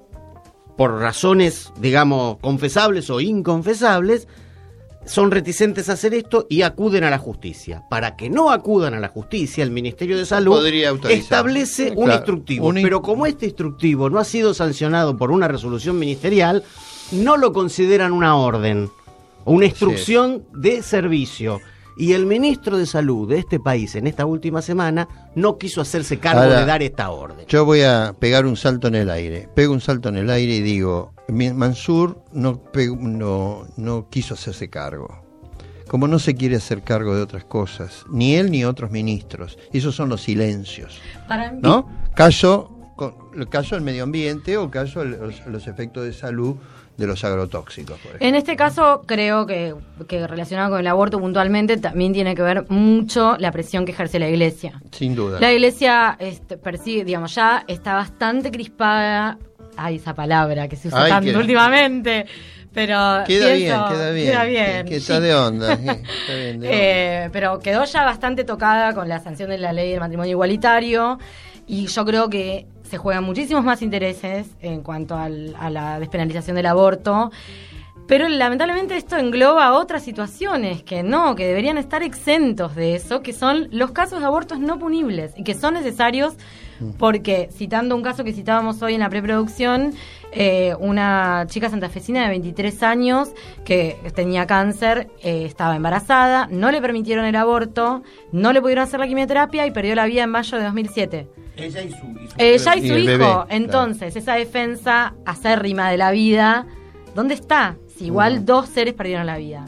por razones, digamos, confesables o inconfesables, son reticentes a hacer esto y acuden a la justicia. Para que no acudan a la justicia, el Ministerio de Salud establece un claro, instructivo. Un in... Pero como este instructivo no ha sido sancionado por una resolución ministerial, no lo consideran una orden o una instrucción sí. de servicio. Y el ministro de Salud de este país en esta última semana no quiso hacerse cargo Ahora, de dar esta orden. Yo voy a pegar un salto en el aire. Pego un salto en el aire y digo, Mansur no, pegó, no, no quiso hacerse cargo. Como no se quiere hacer cargo de otras cosas, ni él ni otros ministros. Esos son los silencios. Para mí... ¿no? Caso, el caso del medio ambiente o caso de los, los efectos de salud de los agrotóxicos, por ejemplo. En este caso, creo que, que relacionado con el aborto puntualmente, también tiene que ver mucho la presión que ejerce la Iglesia. Sin duda. La Iglesia este, persigue, digamos, ya está bastante crispada. Ay, esa palabra que se usa Ay, tanto que... últimamente. Pero queda pienso, bien, queda bien. Queda bien. Que, que está de onda. Está bien de onda. Eh, pero quedó ya bastante tocada con la sanción de la ley del matrimonio igualitario. Y yo creo que se juegan muchísimos más intereses en cuanto al, a la despenalización del aborto, pero lamentablemente esto engloba otras situaciones que no, que deberían estar exentos de eso, que son los casos de abortos no punibles y que son necesarios porque, citando un caso que citábamos hoy en la preproducción, eh, una chica santafesina de veintitrés años que tenía cáncer, eh, estaba embarazada, no le permitieron el aborto, no le pudieron hacer la quimioterapia y perdió la vida en mayo de dos mil siete. Ella y su, y su, Ella y su y hijo. bebé, Entonces, claro. esa defensa acérrima de la vida, ¿dónde está? Si igual uh-huh. dos seres perdieron la vida.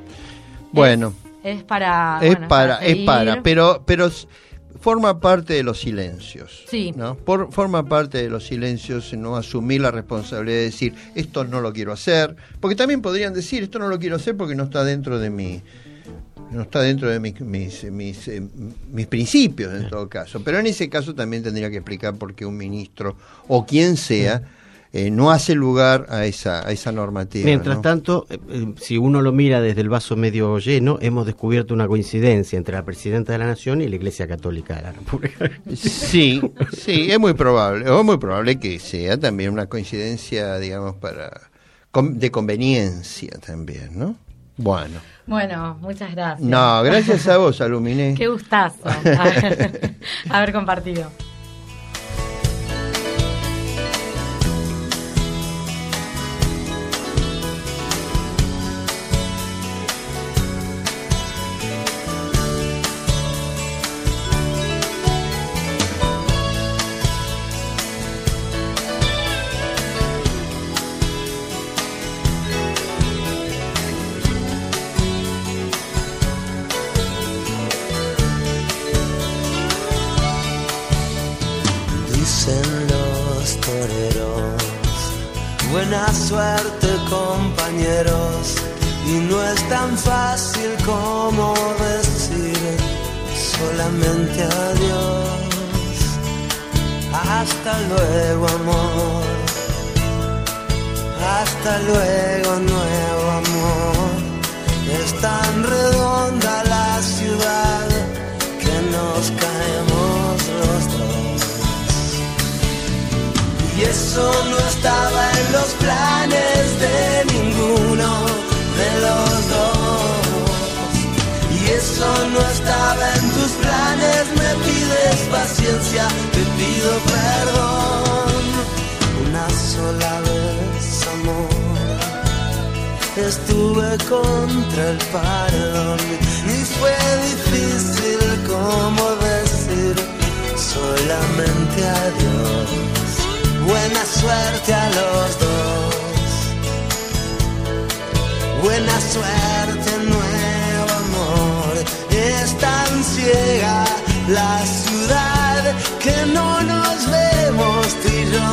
Bueno. Es, es para... Es bueno, para, para es para, pero, pero forma parte de los silencios. Sí. ¿no? Por, forma parte de los silencios, no asumir la responsabilidad de decir, esto no lo quiero hacer, porque también podrían decir, esto no lo quiero hacer porque no está dentro de mi... no está dentro de mis mis, mis, eh, mis principios en todo caso, pero en ese caso también tendría que explicar por qué un ministro o quien sea eh, no hace lugar a esa a esa normativa. Mientras ¿no? tanto, eh, si uno lo mira desde el vaso medio lleno, hemos descubierto una coincidencia entre la Presidenta de la Nación y la Iglesia Católica de la República. Sí, sí, es muy probable, o es muy probable que sea también una coincidencia, digamos, para de conveniencia también, ¿no? Bueno. Bueno, muchas gracias. No, gracias a vos, Aluminé. Qué gustazo haber, haber compartido. Buena suerte, compañeros, y no es tan fácil como decir solamente adiós. Hasta luego, amor. Hasta luego, nuevo amor. Es tan redonda la ciudad que nos caemos los dos. Y eso no estaba en los planes de ninguno de los dos. Y eso no estaba en tus planes, me pides paciencia. pido perdón. Una sola vez, amor, estuve contra el paredón y fue difícil como decir solamente adiós. Buena suerte a los dos, buena suerte, nuevo amor. Es tan ciega la ciudad que no nos vemos tú y yo.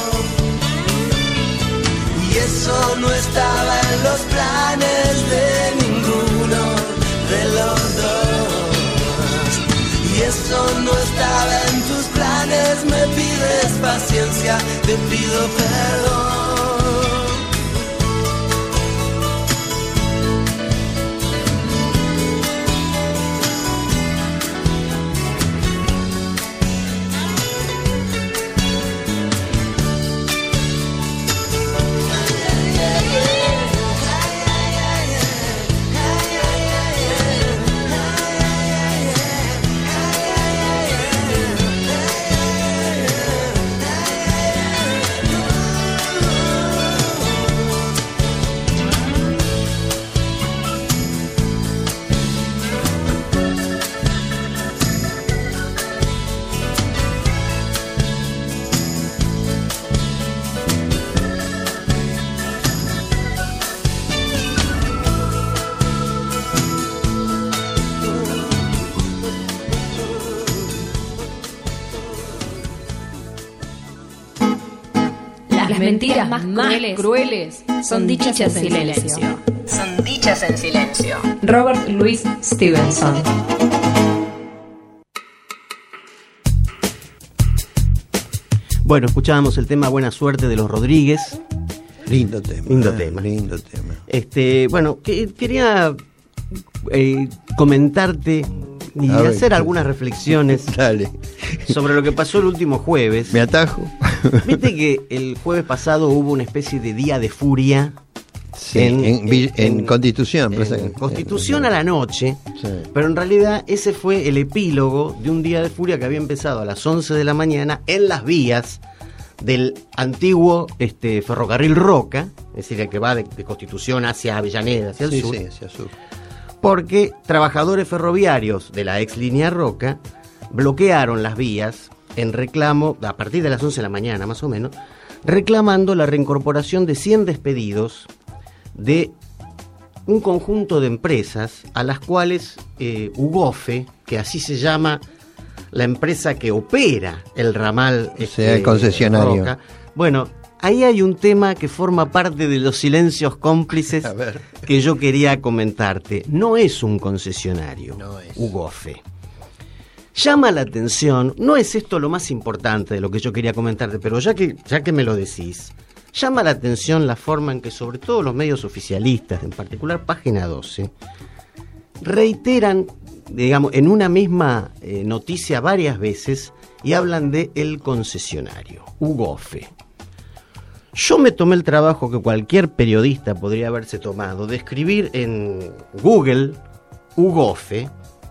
Y eso no estaba en los planes de ninguno de los dos. Y eso no estaba en tus planes, me pides paciencia, te pido perdón. Las mentiras más crueles, crueles son dichas en silencio. Son dichas en silencio. Robert Louis Stevenson. Bueno, escuchábamos el tema Buena Suerte de los Rodríguez. Lindo tema. Lindo eh, tema. Lindo tema. Este, bueno, que, quería eh, comentarte y A ver, hacer ¿qué? algunas reflexiones Dale. sobre lo que pasó el último jueves. Me atajo. Viste que el jueves pasado hubo una especie de día de furia. Sí, en, en, en, en Constitución. en pues, Constitución en- a la noche, Sí. pero en realidad ese fue el epílogo de un día de furia que había empezado a las once de la mañana en las vías del antiguo este, ferrocarril Roca, es decir, el que va de, de Constitución hacia Avellaneda, hacia el Sí, sur, sí, hacia sur. porque trabajadores ferroviarios de la ex línea Roca bloquearon las vías en reclamo, a partir de las once de la mañana más o menos, reclamando la reincorporación de cien despedidos de un conjunto de empresas a las cuales eh, UGOFE, que así se llama la empresa que opera el ramal O sea, el concesionario. Roca. Bueno, ahí hay un tema que forma parte de los silencios cómplices A ver. que yo quería comentarte. No es un concesionario, No es. UGOFE. Llama la atención, no es esto lo más importante de lo que yo quería comentarte, pero ya que, ya que me lo decís, llama la atención la forma en que sobre todo los medios oficialistas, en particular Página doce, reiteran, digamos, en una misma eh, noticia varias veces y hablan de el concesionario, UGOFE. Yo me tomé el trabajo que cualquier periodista podría haberse tomado de escribir en Google UGOFE,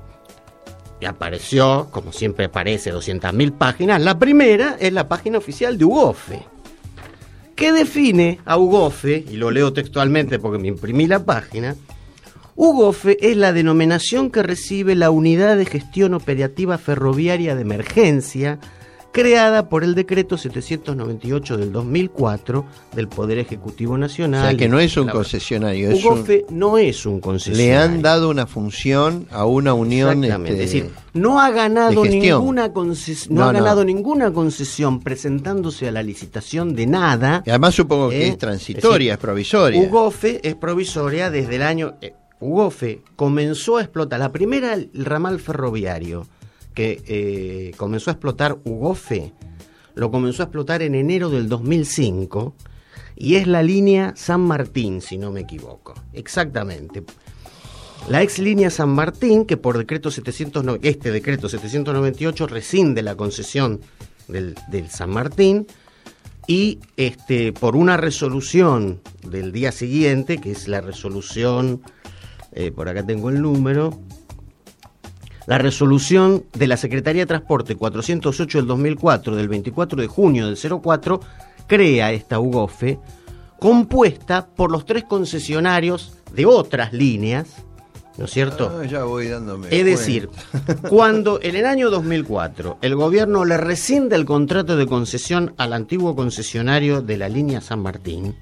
y apareció, como siempre aparece, doscientas mil páginas. La primera es la página oficial de UGOFE, que define a UGOFE, y lo leo textualmente porque me imprimí la página. UGOFE es la denominación que recibe la Unidad de Gestión Operativa Ferroviaria de Emergencia, creada por el decreto setecientos noventa y ocho del dos mil cuatro del Poder Ejecutivo O Nacional. sea, que no es un La- concesionario. Es un- UGOFE no es un concesionario. le han dado una función a una unión. Exactamente, este, es decir, no ha ganado de gestión. ninguna conces- no, No, ha no. ganado ninguna concesión presentándose a la licitación de nada. y además supongo que ¿eh? es transitoria, Es es provisoria. UGOFE es provisoria desde el año eh, UGOFE comenzó a explotar la primera el ramal ferroviario que eh, comenzó a explotar UGOFE, lo comenzó a explotar en enero del dos mil cinco y es la línea San Martín, si no me equivoco. Exactamente. La ex línea San Martín, que por decreto setecientos noventa, este decreto setecientos noventa y ocho rescinde la concesión del, del San Martín, y este por una resolución del día siguiente, que es la resolución, eh, por acá tengo el número, la resolución de la Secretaría de Transporte cuatrocientos ocho del dos mil cuatro, del veinticuatro de junio del cero cuatro, crea esta UGOFE compuesta por los tres concesionarios de otras líneas, ¿no es cierto? Ah, ya voy dándome Es cuenta. decir, cuando en el año dos mil cuatro el gobierno le rescinde el contrato de concesión al antiguo concesionario de la línea San Martín,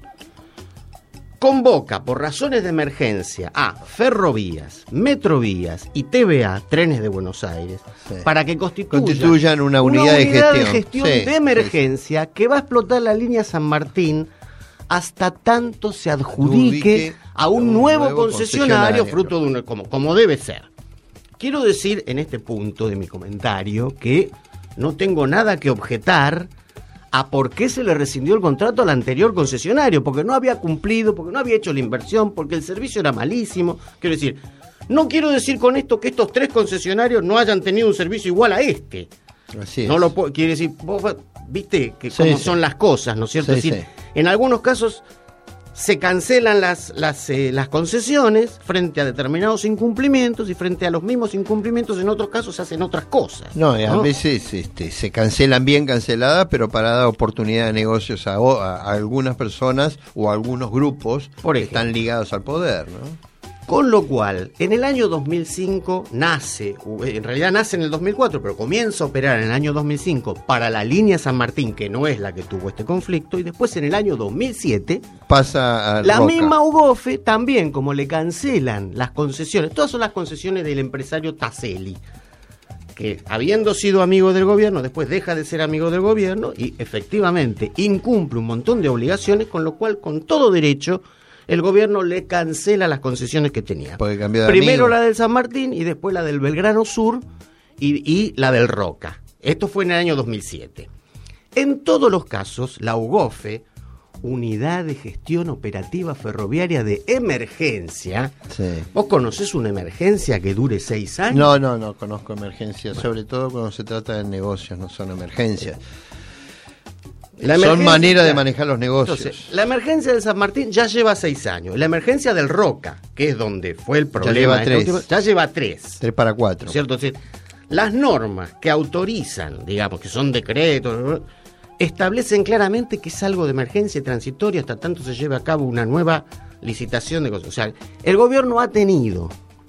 convoca por razones de emergencia a Ferrovías, Metrovías y T V A, Trenes de Buenos Aires, Sí. para que constituyan, Constituyan una unidad de gestión. gestión Sí, de emergencia que va a explotar la línea San Martín hasta tanto se adjudique Adjudique a un, un nuevo, nuevo concesionario, concesionario. fruto de un, como, como debe ser. Quiero decir en este punto de mi comentario que no tengo nada que objetar a por qué se le rescindió el contrato al anterior concesionario, porque no había cumplido, porque no había hecho la inversión, porque el servicio era malísimo. Quiero decir, no quiero decir con esto que estos tres concesionarios no hayan tenido un servicio igual a este. Así es. No lo puedo, quiere decir, vos viste que Sí, cómo sí. son las cosas, ¿no es cierto? Sí, es decir, sí. en algunos casos se cancelan las, las, eh, las concesiones frente a determinados incumplimientos y frente a los mismos incumplimientos en otros casos se hacen otras cosas. No, y a ¿no? veces este, se cancelan bien canceladas, pero para dar oportunidad de negocios a, o- a- a algunas personas o a algunos grupos Por que ejemplo. están ligados al poder, ¿no? Con lo cual, en el año dos mil cinco nace, en realidad nace en el dos mil cuatro, pero comienza a operar en el año dos mil cinco para la línea San Martín, que no es la que tuvo este conflicto, y después en el año dos mil siete, Pasa a la Roca. misma UGOFE también, como le cancelan las concesiones, todas son las concesiones del empresario Taselli, que habiendo sido amigo del gobierno, después deja de ser amigo del gobierno y efectivamente incumple un montón de obligaciones, con lo cual, con todo derecho, el gobierno le cancela las concesiones que tenía. Porque cambió de Primero amigo. la del San Martín y después la del Belgrano Sur y, y la del Roca. Esto fue en el año dos mil siete. En todos los casos, la UGOFE, Unidad de Gestión Operativa Ferroviaria de Emergencia, Sí. ¿vos conocés una emergencia que dure seis años? No, no, no conozco emergencias, sobre todo cuando se trata de negocios, no son emergencias. La Son emergencia- maneras de manejar los negocios. Entonces, la emergencia del San Martín ya lleva seis años. La emergencia del Roca, que es donde fue el problema, lleva esta tres. última, ya lleva tres. Tres para cuatro. ¿Cierto? Es decir, las normas que autorizan, digamos, que son decretos, establecen claramente que es algo de emergencia transitoria hasta tanto se lleve a cabo una nueva licitación de cosas. O sea, el gobierno ha tenido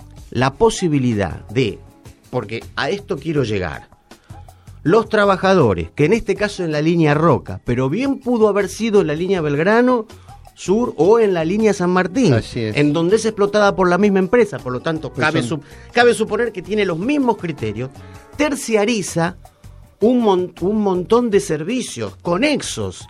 la posibilidad de, porque a esto quiero llegar, los trabajadores, que en este caso en la línea Roca, pero bien pudo haber sido en la línea Belgrano Sur o en la línea San Martín, Así es. en donde es explotada por la misma empresa, por lo tanto Pues cabe, son- sup- cabe suponer que tiene los mismos criterios, terciariza un, mon- un montón de servicios conexos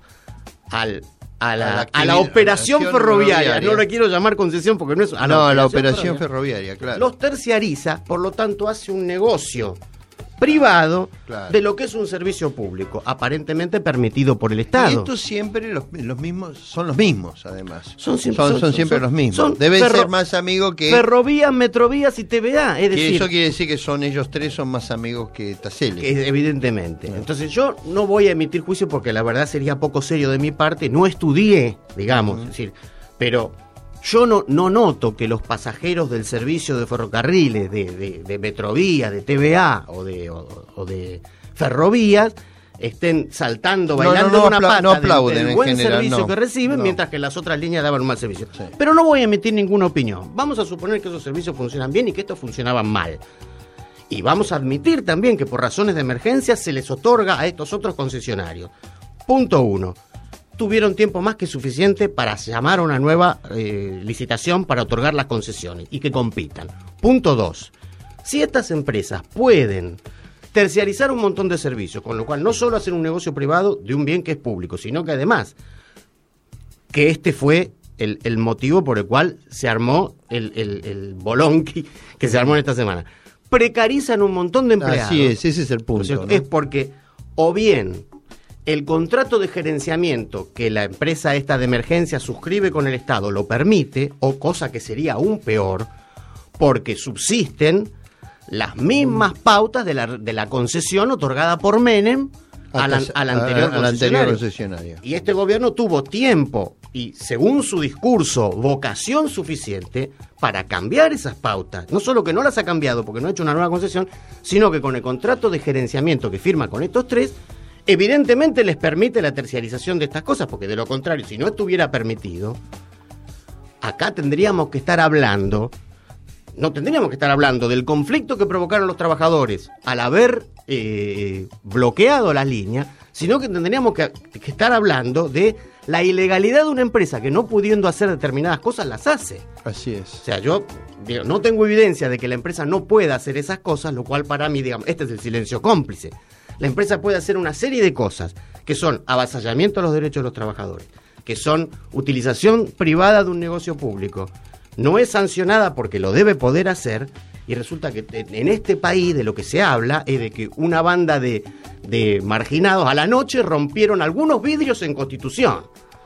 al, a, la, A la a actividad- la operación a la acción ferroviaria. ferroviaria. No le quiero llamar concesión porque no es... a no, la operación ferroviaria, claro. Los terciariza, por lo tanto hace un negocio privado Claro. de lo que es un servicio público, aparentemente permitido por el Y Estado. estos siempre los, los mismos, son los mismos, además. Son siempre- son, son- son siempre son- los mismos. son Deben ferro- ser más amigos que... Ferrovías, Metrovías y T V A, es que decir, eso quiere decir que son ellos tres, son más amigos que Taselli. que evidentemente. Entonces yo no voy a emitir juicio porque la verdad sería poco serio de mi parte, no estudié, digamos, es decir, pero yo no, no noto que los pasajeros del servicio de ferrocarriles, de, de, de Metrovía, de T V A o de, o, o de Ferrovías estén saltando, No, bailando no, no en una apla- pata no del- aplauden del en buen general, servicio no. que reciben, No. mientras que las otras líneas daban un mal servicio. Sí. Pero no voy a emitir ninguna opinión. Vamos a suponer que esos servicios funcionan bien y que estos funcionaban mal. Y vamos a admitir también que por razones de emergencia se les otorga a estos otros concesionarios. Punto uno. Tuvieron tiempo más que suficiente para llamar a una nueva eh, licitación para otorgar las concesiones y que compitan. Punto dos. Si estas empresas pueden terciarizar un montón de servicios, con lo cual no solo hacer un negocio privado de un bien que es público, sino que además que este fue el, el motivo por el cual se armó el, el, el bolonqui que se armó en esta semana. Precarizan un montón de empleados. Así es, ese es el ¿no es punto. cierto? ¿no? Es porque o bien el contrato de gerenciamiento que la empresa esta de emergencia suscribe con el Estado lo permite, o cosa que sería aún peor, porque subsisten las mismas pautas de la, de la concesión otorgada por Menem al, an- al anterior al anterior concesionario. concesionario. Y este gobierno tuvo tiempo y, según su discurso, vocación suficiente para cambiar esas pautas. No solo que no las ha cambiado porque no ha hecho una nueva concesión, sino que con el contrato de gerenciamiento que firma con estos tres, evidentemente les permite la terciarización de estas cosas, porque de lo contrario, si no estuviera permitido, acá tendríamos que estar hablando, no tendríamos que estar hablando del conflicto que provocaron los trabajadores al haber eh, bloqueado las líneas, sino que tendríamos que, que estar hablando de la ilegalidad de una empresa que no pudiendo hacer determinadas cosas las hace. Así es. O sea, yo digo, no tengo evidencia de que la empresa no pueda hacer esas cosas, lo cual para mí, digamos, este es el silencio cómplice. La empresa puede hacer una serie de cosas que son avasallamiento a los derechos de los trabajadores, que son utilización privada de un negocio público. No es sancionada porque lo debe poder hacer, y resulta que en este país de lo que se habla es de que una banda de, de marginados a la noche rompieron algunos vidrios en Constitución.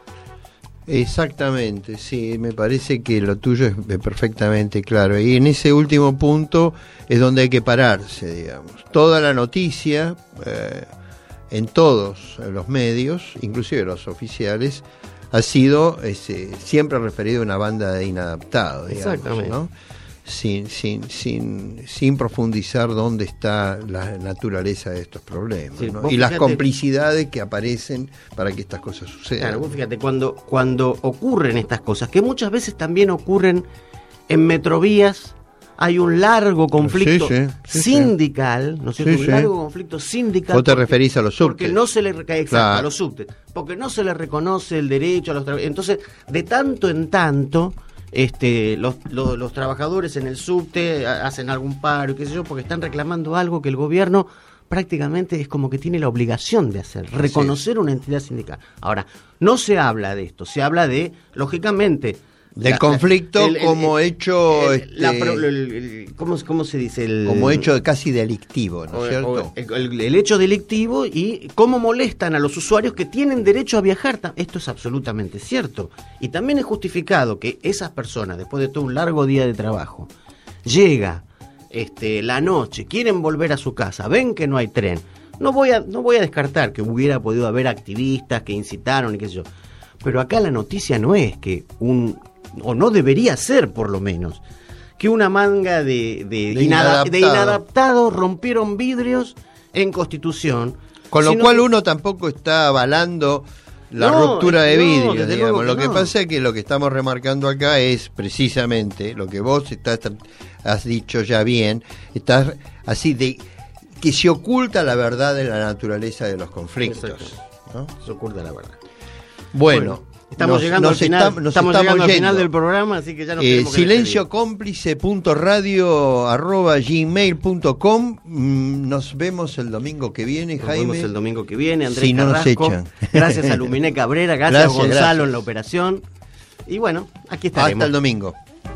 Exactamente, sí, me parece que lo tuyo es perfectamente claro. Y en ese último punto es donde hay que pararse, digamos. Toda la noticia, eh, en todos los medios, inclusive los oficiales, ha sido ese, siempre referido a una banda de inadaptados, digamos, exactamente, ¿no? Sin, sin, sin, sin profundizar dónde está la naturaleza de estos problemas, sí, ¿no? vos Y fíjate, las complicidades que aparecen para que estas cosas sucedan. Claro, vos fíjate, cuando, cuando ocurren estas cosas, que muchas veces también ocurren en metrovías, hay un largo conflicto sí, sí, sí, sindical, ¿no es cierto? Sí, un sí. largo conflicto sindical. Vos te porque, referís a los subtes. Porque no se le exacto, claro. a los subtes, porque no se le reconoce el derecho a los trabajadores. Entonces, de tanto en tanto, este, los, los, los trabajadores en el subte hacen algún paro, qué sé yo, porque están reclamando algo que el gobierno prácticamente es como que tiene la obligación de hacer, reconocer sí. una entidad sindical. Ahora, no se habla de esto, se habla de, lógicamente, del la, conflicto el, el, como el, hecho el, este, la, el, el, ¿cómo, ¿cómo se dice? El, como hecho casi delictivo, ¿no o, es cierto? O, el, el, el hecho delictivo y cómo molestan a los usuarios que tienen derecho a viajar. Esto es absolutamente cierto. Y también es justificado que esas personas, después de todo un largo día de trabajo, llega este, la noche, quieren volver a su casa, ven que no hay tren. No voy a, no voy a descartar que hubiera podido haber activistas que incitaron y qué sé yo. Pero acá la noticia no es que un... o no debería ser por lo menos, que una manga de, de, de, inada, inadaptado. de inadaptados rompieron vidrios en Constitución. Con lo sino cual que, uno tampoco está avalando la no, ruptura de no, vidrio, desde digamos. luego que Lo que no. pasa es que lo que estamos remarcando acá es precisamente lo que vos estás, has dicho ya bien, estás así de que se oculta la verdad de la naturaleza de los conflictos, ¿no? Se oculta la verdad. Bueno, bueno estamos nos, llegando, nos al, final, está, nos estamos estamos llegando al yendo. final del programa, así que ya nos eh, tenemos que silencio cómplice punto radio arroba gmail punto com. mm, Nos vemos el domingo que viene, Nos Jaime. vemos el domingo que viene, Andrés si no Carrasco. nos echan. Gracias a Luminé Cabrera, gracias, Gracias, a Gonzalo gracias. en la operación. Y bueno, aquí estaremos. Hasta el domingo.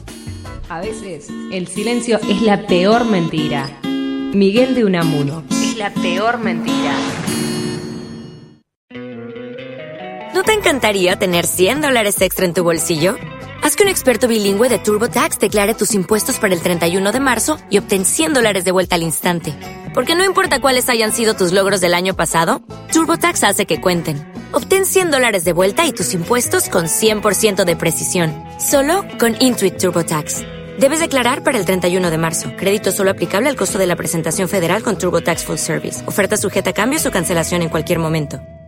A veces, el silencio es la peor mentira. Miguel de Unamuno. Es la peor mentira. ¿No te encantaría tener cien dólares extra en tu bolsillo? Haz que un experto bilingüe de TurboTax declare tus impuestos para el treinta y uno de marzo y obtén cien dólares de vuelta al instante. Porque no importa cuáles hayan sido tus logros del año pasado, TurboTax hace que cuenten. Obtén cien dólares de vuelta y tus impuestos con cien por ciento de precisión. Solo con Intuit TurboTax. Debes declarar para el treinta y uno de marzo. Crédito solo aplicable al costo de la presentación federal con TurboTax Full Service. Oferta sujeta a cambios o cancelación en cualquier momento.